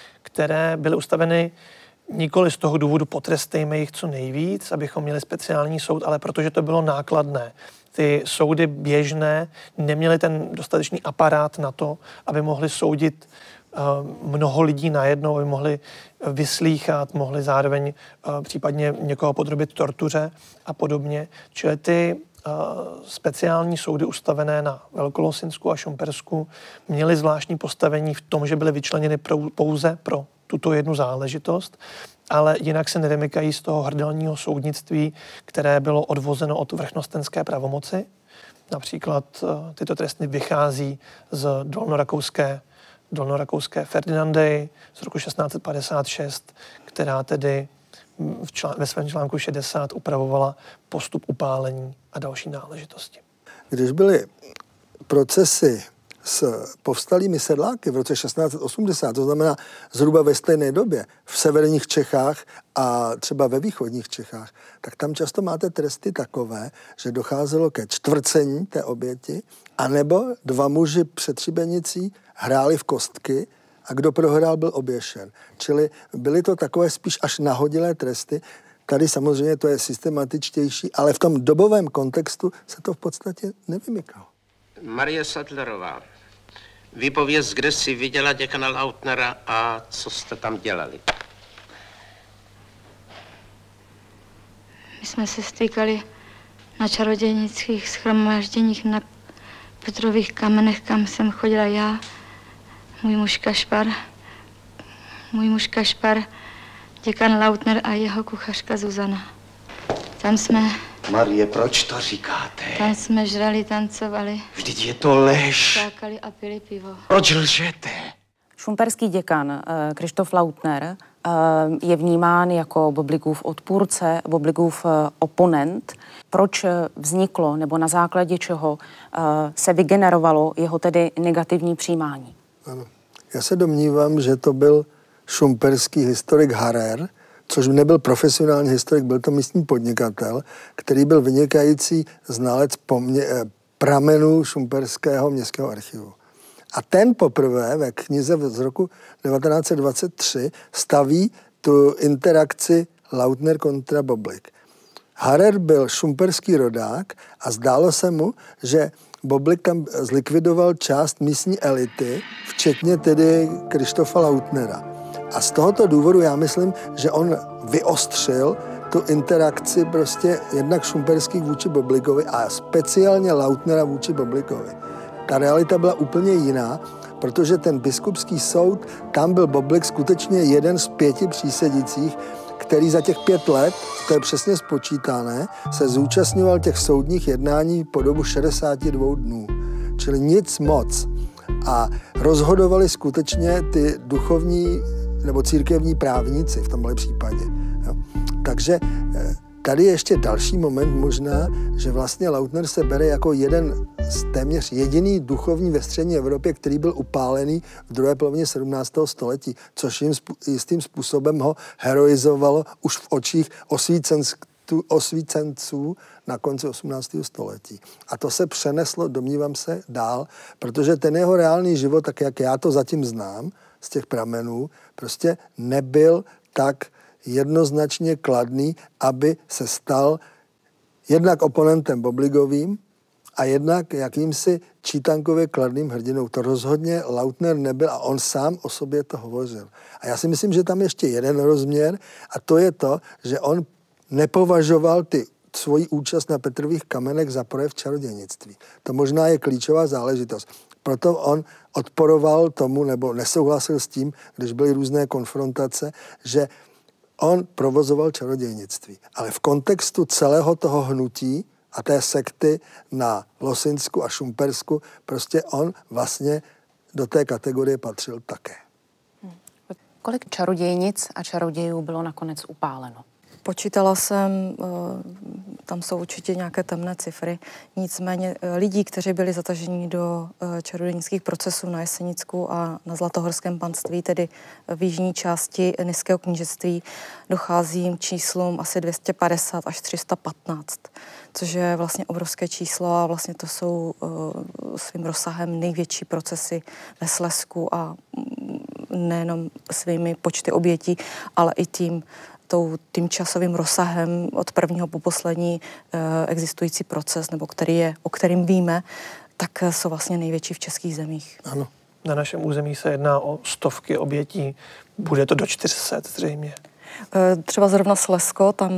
které byly ustaveny nikoli z toho důvodu potrestejme jich co nejvíc, abychom měli speciální soud, ale protože to bylo nákladné. Ty soudy běžné neměly ten dostatečný aparát na to, aby mohli soudit mnoho lidí najednou, aby mohli vyslýchat, mohli zároveň případně někoho podrobit tortuře a podobně. Čili ty speciální soudy ustavené na Velkolosinsku a Šumpersku měly zvláštní postavení v tom, že byly vyčleněny pouze pro tuto jednu záležitost, ale jinak se nevymykají z toho hrdelního soudnictví, které bylo odvozeno od vrchnostenské pravomoci. Například tyto tresty vychází z dolnorakouské Ferdinandei z roku 1656, která tedy ve svém článku 60 upravovala postup upálení a další náležitosti. Když byly procesy s povstalými sedláky v roce 1680, to znamená zhruba ve stejné době, v severních Čechách a třeba ve východních Čechách, tak tam často máte tresty takové, že docházelo ke čtvrcení té oběti, anebo 2 muži před šibenicí hráli v kostky a kdo prohrál, byl oběšen. Čili byly to takové spíš až nahodilé tresty. Tady samozřejmě to je systematičtější, ale v tom dobovém kontextu se to v podstatě nevymykalo. Marie Sattlerová, vypověz, kde jsi viděla děkana Lautnera a co jste tam dělali. My jsme se stýkali na čarodějnických shromážděních na Petrových kamenech, kam jsem chodila já, můj muž Kašpar, děkan Lautner a jeho kuchařka Zuzana. Tam jsme... Marie, proč to říkáte? Tam jsme žrali, tancovali. Vždyť je to lež. Skákali a pili pivo. Proč lžete? Šumperský děkan Krištof Lautner je vnímán jako Bobligův odpůrce, Bobligův oponent. Proč vzniklo, nebo na základě čeho se vygenerovalo jeho tedy negativní přijímání? Ano. Já se domnívám, že to byl šumperský historik Harer, což nebyl profesionální historik, byl to místní podnikatel, který byl vynikající znalec pramenů šumperského městského archivu. A ten poprvé ve knize z roku 1923 staví tu interakci Lautner kontra Boblig. Harer byl šumperský rodák a zdálo se mu, že Boblig tam zlikvidoval část místní elity, včetně tedy Krištofa Lautnera. A z tohoto důvodu já myslím, že on vyostřil tu interakci prostě jednak šumperských vůči Bobligovi a speciálně Lautnera vůči Bobligovi. Ta realita byla úplně jiná, protože ten biskupský soud, tam byl Boblig skutečně jeden z 5 přísedících, který za těch 5 let, to je přesně spočítané, se zúčastňoval těch soudních jednání po dobu 62 dnů. Čili nic moc. A rozhodovali skutečně ty duchovní nebo církevní právníci v tomhle případě. Jo. Takže tady je ještě další moment možná, že vlastně Lautner se bere jako jeden z téměř jediný duchovní ve střední Evropě, který byl upálený v druhé polovině 17. století, což jim jistým způsobem ho heroizovalo už v očích osvícenců na konci 18. století. A to se přeneslo, domnívám se, dál, protože ten jeho reálný život, tak jak já to zatím znám z těch pramenů, prostě nebyl tak jednoznačně kladný, aby se stal jednak oponentem Bobligovým a jednak jakýmsi čítankově kladným hrdinou. To rozhodně Lautner nebyl a on sám o sobě to hovořil. A já si myslím, že tam ještě jeden rozměr a to je to, že on nepovažoval svoji účast na Petrových kamenech za projev čarodějnictví. To možná je klíčová záležitost. Proto on odporoval tomu nebo nesouhlasil s tím, když byly různé konfrontace, že on provozoval čarodějnictví. Ale v kontextu celého toho hnutí a té sekty na Losinsku a Šumpersku prostě on vlastně do té kategorie patřil také. Kolik čarodějnic a čarodějů bylo nakonec upáleno? Počítala jsem, tam jsou určitě nějaké temné cifry, nicméně lidí, kteří byli zataženi do čarodějnických procesů na Jesenicku a na Zlatohorském panství, tedy v jižní části Nyského knížectví, dochází k číslům asi 250 až 315, což je vlastně obrovské číslo a vlastně to jsou svým rozsahem největší procesy ve Slezsku a nejenom svými počty obětí, ale i tím časovým rozsahem od prvního po poslední existující proces, nebo o kterým víme, tak jsou vlastně největší v českých zemích. Ano. Na našem území se jedná o stovky obětí. Bude to do 400 zřejmě. Třeba zrovna Slezsko, tam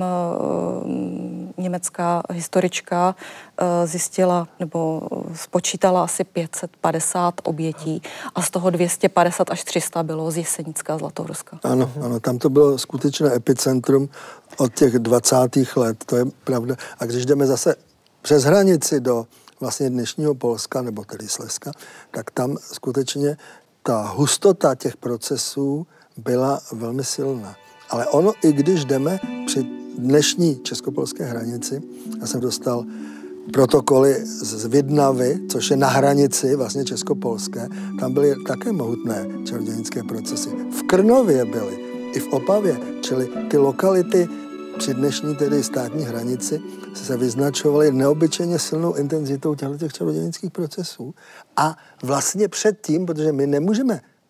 německá historička zjistila nebo spočítala asi 550 obětí a z toho 250 až 300 bylo z Jesenicka a Zlatohorska. Ano, tam to bylo skutečné epicentrum od těch 20. let, to je pravda. A když jdeme zase přes hranici do vlastně dnešního Polska, nebo tedy Slezska, tak tam skutečně ta hustota těch procesů byla velmi silná. Ale ono, i když jdeme při dnešní českopolské hranici, já jsem dostal protokoly z Vidnavy, což je na hranici vlastně českopolské, tam byly také mohutné čarodějnické procesy. V Krnově byly, i v Opavě, čili ty lokality při dnešní tedy státní hranici se vyznačovaly neobyčejně silnou intenzitou těch čarodějnických procesů. A vlastně předtím, protože my nemůžeme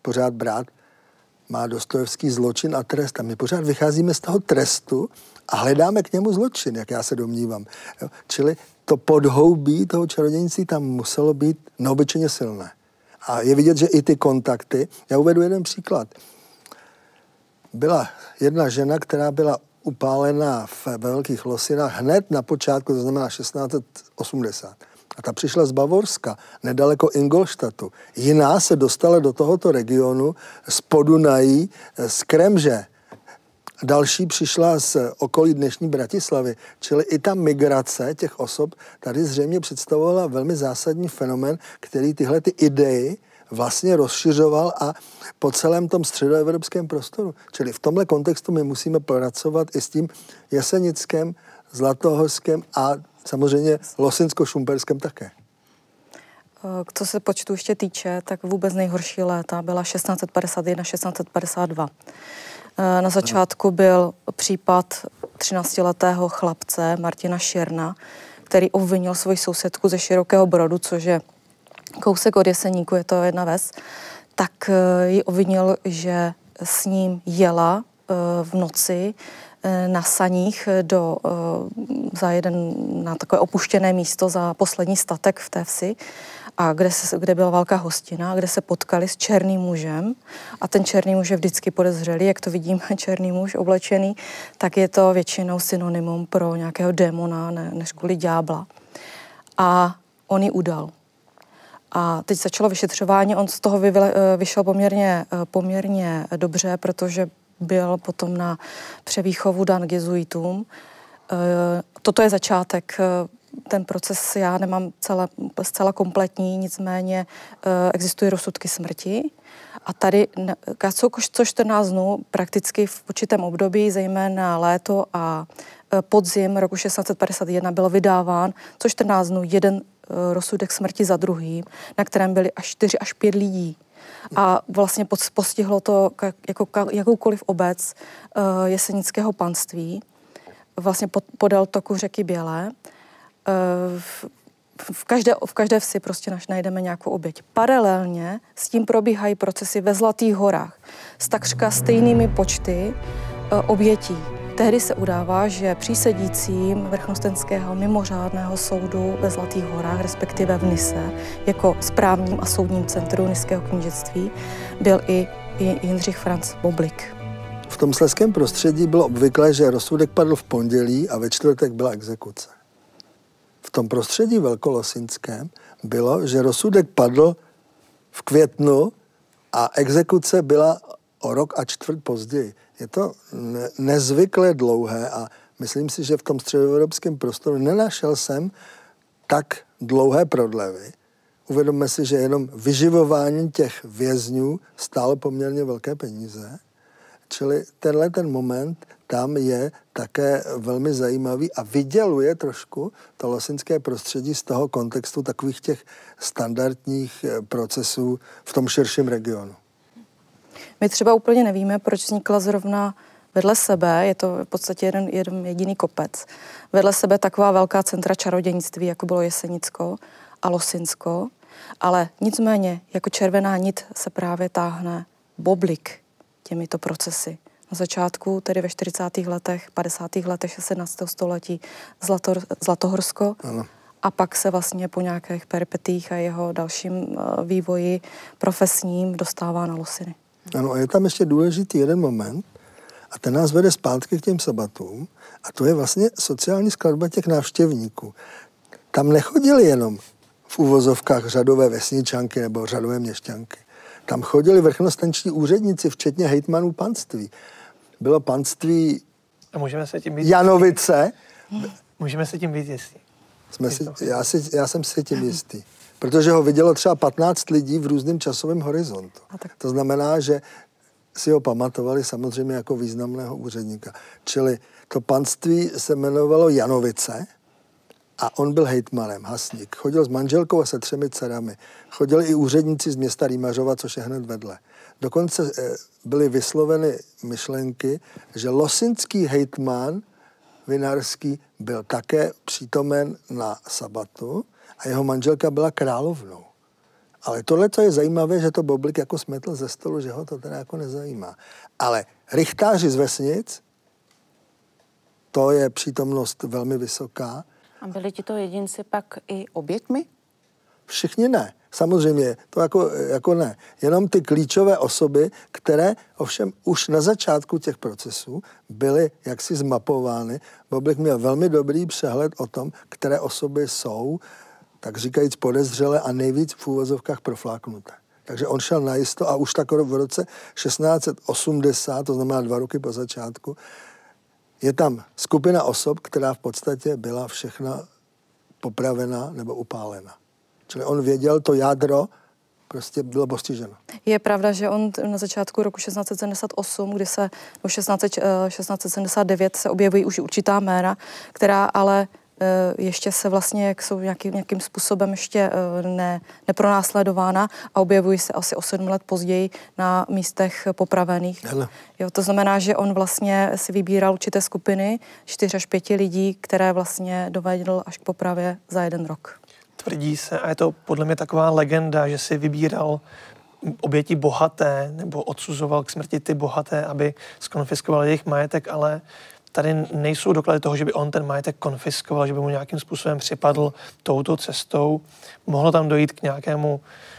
pořád brát, má Dostojevský zločin a trest. A my pořád vycházíme z toho trestu a hledáme k němu zločin, jak já se domnívám. Jo? Čili to podhoubí toho čarodějnictví tam muselo být neobyčejně silné. A je vidět, že i ty kontakty, já uvedu jeden příklad. Byla jedna žena, která byla upálená ve Velkých Losinách hned na počátku, to znamená 1680. A ta přišla z Bavorska, nedaleko Ingolštatu. Jiná se dostala do tohoto regionu z Podunají, z Kremže. Další přišla z okolí dnešní Bratislavy. Čili i ta migrace těch osob tady zřejmě představovala velmi zásadní fenomén, který tyhle ty idei vlastně rozšiřoval a po celém tom středoevropském prostoru. Čili v tomhle kontextu my musíme pracovat i s tím Jesenickém, Zlatohorském a samozřejmě Losinsko-Šumperském také. Co se počtu ještě týče, tak vůbec nejhorší léta byla 1651-1652. Na začátku byl případ 13letého chlapce Martina Širna, který obvinil svoji sousedku ze Širokého Brodu, což je kousek od Jeseníku, je to jedna ves, tak ji obvinil, že s ním jela v noci na saních na takové opuštěné místo za poslední statek v té vsi, a kde byla velká hostina, kde se potkali s černým mužem a ten černý muž je vždycky podezřelý, jak to vidíme, černý muž oblečený, tak je to většinou synonymum pro nějakého démona než kvůli ďábla. A on ji udal. A teď začalo vyšetřování, on z toho vyšel poměrně dobře, protože byl potom na převýchovu dán k jezuitům. Toto je začátek. Ten proces já nemám zcela kompletní, nicméně existují rozsudky smrti. A tady co 14 dnů prakticky v určitém období, zejména léto a podzim roku 1651 byl vydáván co 14 dnů jeden rozsudek smrti za druhým, na kterém byli až 4 až 5 lidí. A vlastně postihlo to jakoukoliv obec jesenického panství, vlastně podél toku řeky Bělé. V každé vsi prostě najdeme nějakou oběť. Paralelně s tím probíhají procesy ve Zlatých horách s takřka stejnými počty obětí. Tehdy se udává, že přísedícím Vrchnostenského mimořádného soudu ve Zlatých horách, respektive v Nise, jako správním a soudním centru Niského knížectví, byl i Jindřich Franc Boblik. V tom slezském prostředí bylo obvyklé, že rozsudek padl v pondělí a ve čtvrtek byla exekuce. V tom prostředí velkolosinském bylo, že rozsudek padl v květnu a exekuce byla o rok a čtvrt později. Je to nezvykle dlouhé a myslím si, že v tom středoevropském prostoru nenašel jsem tak dlouhé prodlevy. Uvědomme si, že jenom vyživování těch vězňů stálo poměrně velké peníze. Čili ten moment tam je také velmi zajímavý a vyděluje trošku to losinské prostředí z toho kontextu takových těch standardních procesů v tom širším regionu. My třeba úplně nevíme, proč vznikla zrovna vedle sebe, je to v podstatě jeden jediný kopec, vedle sebe taková velká centra čarodějnictví, jako bylo Jesenicko a Losinsko, ale nicméně jako červená nit se právě táhne Boblik těmito procesy. Na začátku, tedy ve 40. letech, 50. letech 17. století Zlatohorsko, ano. A pak se vlastně po nějakých peripetích a jeho dalším vývoji profesním dostává na Losiny. Ano, a je tam ještě důležitý jeden moment a ten nás vede zpátky k těm sabatům a to je vlastně sociální skladba těch návštěvníků. Tam nechodili jenom v uvozovkách řadové vesničanky nebo řadové měšťanky. Tam chodili vrchnostenští úředníci, včetně hejtmanů panství. Bylo panství Janovice. Můžeme se tím být jistí. Já jsem si tím jistý. Protože ho vidělo třeba 15 lidí v různém časovém horizontu. To znamená, že si ho pamatovali samozřejmě jako významného úředníka. Čili to panství se jmenovalo Janovice a on byl hejtmanem, hasník. Chodil s manželkou a se 3 dcerami. Chodili i úředníci z města Rýmařova, což je hned vedle. Dokonce byly vysloveny myšlenky, že losinský hejtman Vinarský byl také přítomen na sabatu a jeho manželka byla královnou. Ale tohle, co je zajímavé, že to Boblik jako smetl ze stolu, že ho to teda jako nezajímá. Ale rychtáři z vesnic, to je přítomnost velmi vysoká. A byli ti to jedinci pak i oběťmi? Všichni ne. Samozřejmě, to jako ne. Jenom ty klíčové osoby, které ovšem už na začátku těch procesů byly jaksi zmapovány. Boblik měl velmi dobrý přehled o tom, které osoby jsou, tak říkajíc podezřelé a nejvíc v úvozovkách profláknuté. Takže on šel najisto a už tak v roce 1680, to znamená 2 roky po začátku, je tam skupina osob, která v podstatě byla všechna popravena nebo upálena. Čili on věděl, to jádro prostě bylo postiženo. Je pravda, že on na začátku roku 1678, kdy se do 1679 se objevují už určitá jména, která ale ještě se vlastně, jak jsou nějakým způsobem ještě nepronásledována a objevují se asi o 7 let později na místech popravených. Jo, to znamená, že on vlastně si vybíral určité skupiny 4 až 5 lidí, které vlastně dovedl až k popravě za 1 rok. Tvrdí se, a je to podle mě taková legenda, že si vybíral oběti bohaté nebo odsuzoval k smrti ty bohaté, aby skonfiskoval jejich majetek, ale tady nejsou doklady toho, že by on ten majetek konfiskoval, že by mu nějakým způsobem připadl touto cestou. Mohlo tam dojít k nějakému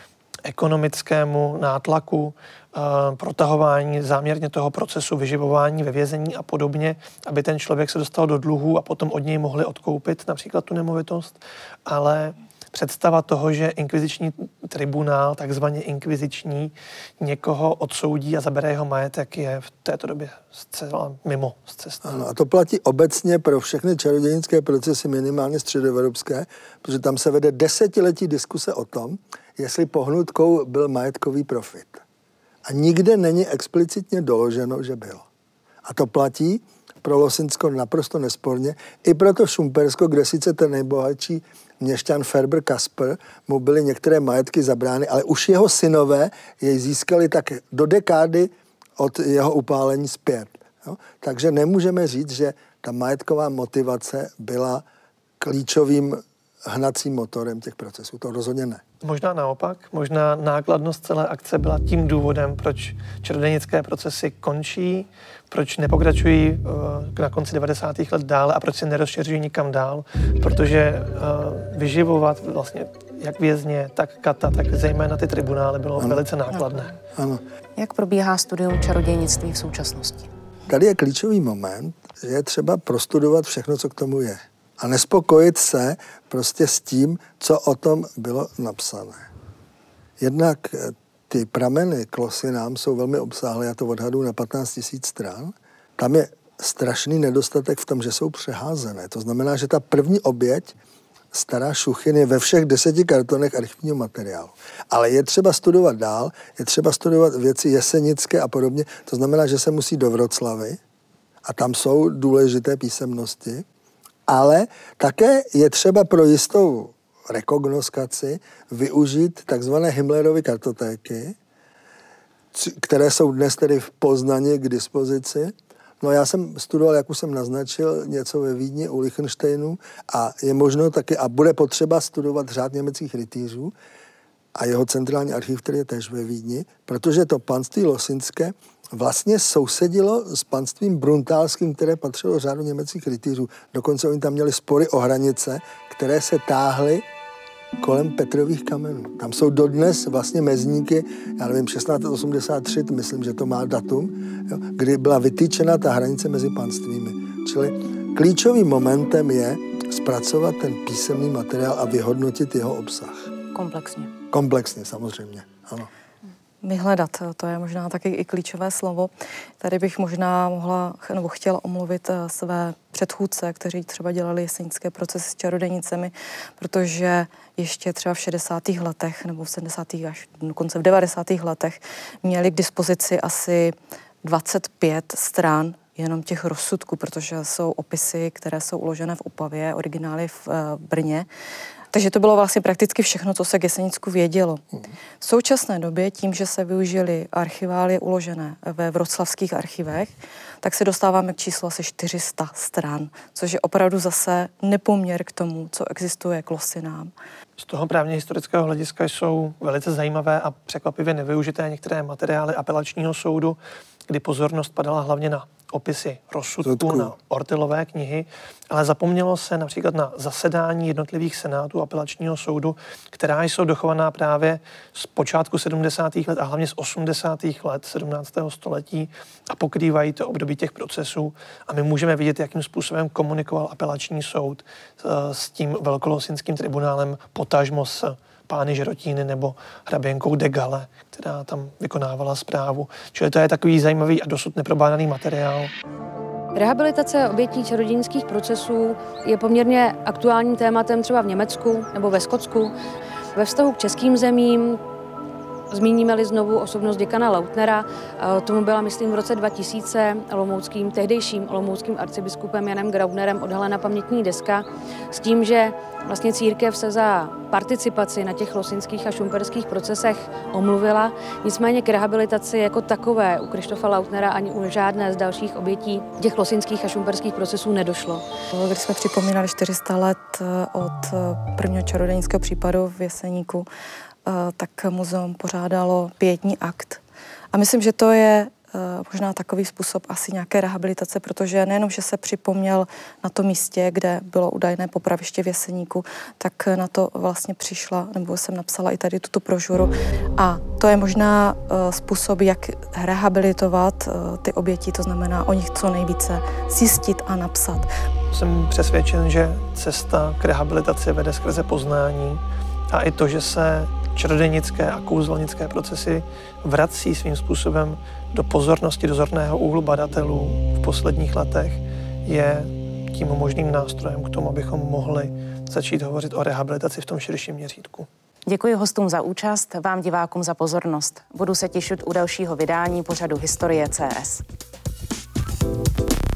ekonomickému nátlaku, protahování záměrně toho procesu vyživování ve vězení a podobně, aby ten člověk se dostal do dluhů a potom od něj mohli odkoupit například tu nemovitost, ale představa toho, že inkviziční tribunál, takzvaně inkviziční, někoho odsoudí a zabere jeho majetek, je v této době zcela mimo z cesty. Ano, a to platí obecně pro všechny čarodějnické procesy, minimálně středoevropské, protože tam se vede desetiletí diskuse o tom, jestli pohnutkou byl majetkový profit. A nikde není explicitně doloženo, že byl. A to platí pro Losinsko naprosto nesporně, i pro to Šumpersko, kde sice ten nejbohatší měšťan Ferber Kasper, mu byly některé majetky zabrány, ale už jeho synové jej získali tak do dekády od jeho upálení zpět. Jo? Takže nemůžeme říct, že ta majetková motivace byla klíčovým hnacím motorem těch procesů. To rozhodně ne. Možná naopak, možná nákladnost celé akce byla tím důvodem, proč čarodějnické procesy končí, proč nepokračují na konci 90. let dále a proč se nerozšiřují nikam dál, protože vyživovat vlastně jak vězně, tak kata, tak zejména ty tribunály bylo velice nákladné. Ano. Jak probíhá studium čarodějnictví v současnosti? Tady je klíčový moment, že je třeba prostudovat všechno, co k tomu je. A nespokojit se prostě s tím, co o tom bylo napsané. Jednak ty prameny k Losinám jsou velmi obsáhlé, já to odhaduji na 15 000 stran. Tam je strašný nedostatek v tom, že jsou přeházené. To znamená, že ta první oběť, stará Šuchin, je ve všech 10 kartonech archivního materiálu. Ale je třeba studovat dál, je třeba studovat věci jesenické a podobně. To znamená, že se musí do Vroclavy a tam jsou důležité písemnosti. Ale také je třeba pro jistou rekognoskaci využít takzvané Himmlerovy kartotéky, které jsou dnes tedy v Poznani k dispozici. No já jsem studoval, jak už jsem naznačil, něco ve Vídni u Lichtensteinu a je možno taky, a bude potřeba studovat řád německých rytířů a jeho centrální archiv, který je též ve Vídni, protože to panství Losinské vlastně sousedilo s panstvím bruntálským, které patřilo řádu německých rytířů. Dokonce oni tam měli spory o hranice, které se táhly kolem Petrových kamenů. Tam jsou dodnes vlastně mezníky, já nevím, 1683, myslím, že to má datum, jo, kdy byla vytýčena ta hranice mezi panstvími. Čili klíčovým momentem je zpracovat ten písemný materiál a vyhodnotit jeho obsah. Komplexně. Komplexně, samozřejmě, ano. Vyhledat, to je možná taky i klíčové slovo. Tady bych možná chtěla omluvit své předchůdce, kteří třeba dělali jesenické procesy s čarodějnicemi, protože ještě třeba v 60. letech nebo v 70. až dokonce v 90. letech měli k dispozici asi 25 stran jenom těch rozsudků, protože jsou opisy, které jsou uložené v Opavě, originály v Brně. Takže to bylo vlastně prakticky všechno, co se k Jesenicku vědělo. V současné době tím, že se využily archiválie uložené ve wroclavských archivech, tak se dostáváme k číslu asi 400 stran, což je opravdu zase nepoměr k tomu, co existuje k Losinám. Z toho právně historického hlediska jsou velice zajímavé a překvapivě nevyužité některé materiály apelačního soudu, kdy pozornost padala hlavně na opisy rozsudků, na Ortylové knihy, ale zapomnělo se například na zasedání jednotlivých senátů apelačního soudu, která jsou dochovaná právě z počátku 70. let a hlavně z 80. let 17. století a pokrývají to období těch procesů. A my můžeme vidět, jakým způsobem komunikoval apelační soud s tím velkolosinským tribunálem, potažmo s pány Žerotíny nebo hraběnkou de Gale, která tam vykonávala správu. Čili to je takový zajímavý a dosud neprobádaný materiál. Rehabilitace obětí čarodějnických procesů je poměrně aktuálním tématem třeba v Německu nebo ve Skotsku. Ve vztahu k českým zemím zmíníme-li znovu osobnost děkana Lautnera, tomu byla, myslím, v roce 2000 tehdejším olomouckým arcibiskupem Janem Graubnerem odhalena pamětní deska s tím, že vlastně církev se za participaci na těch losinských a šumperských procesech omluvila. Nicméně k rehabilitaci jako takové u Krištofa Lautnera ani u žádné z dalších obětí těch losinských a šumperských procesů nedošlo. Když jsme připomínali 400 let od prvního čarodějnického případu v Jeseníku, tak muzeum pořádalo pietní akt. A myslím, že to je možná takový způsob asi nějaké rehabilitace, protože nejenom, že se připomněl na tom místě, kde bylo údajné popraviště v Jeseníku, tak na to vlastně přišla, nebo jsem napsala i tady tuto brožuru. A to je možná způsob, jak rehabilitovat ty oběti, to znamená o nich co nejvíce zjistit a napsat. Jsem přesvědčen, že cesta k rehabilitaci vede skrze poznání a i to, že se čarodějnické a kouzelnické procesy vrací svým způsobem do pozornosti dozorného úhlu badatelů v posledních letech, je tím možným nástrojem k tomu, abychom mohli začít hovořit o rehabilitaci v tom širším měřítku. Děkuji hostům za účast, vám divákům za pozornost. Budu se těšit u dalšího vydání pořadu Historie CS.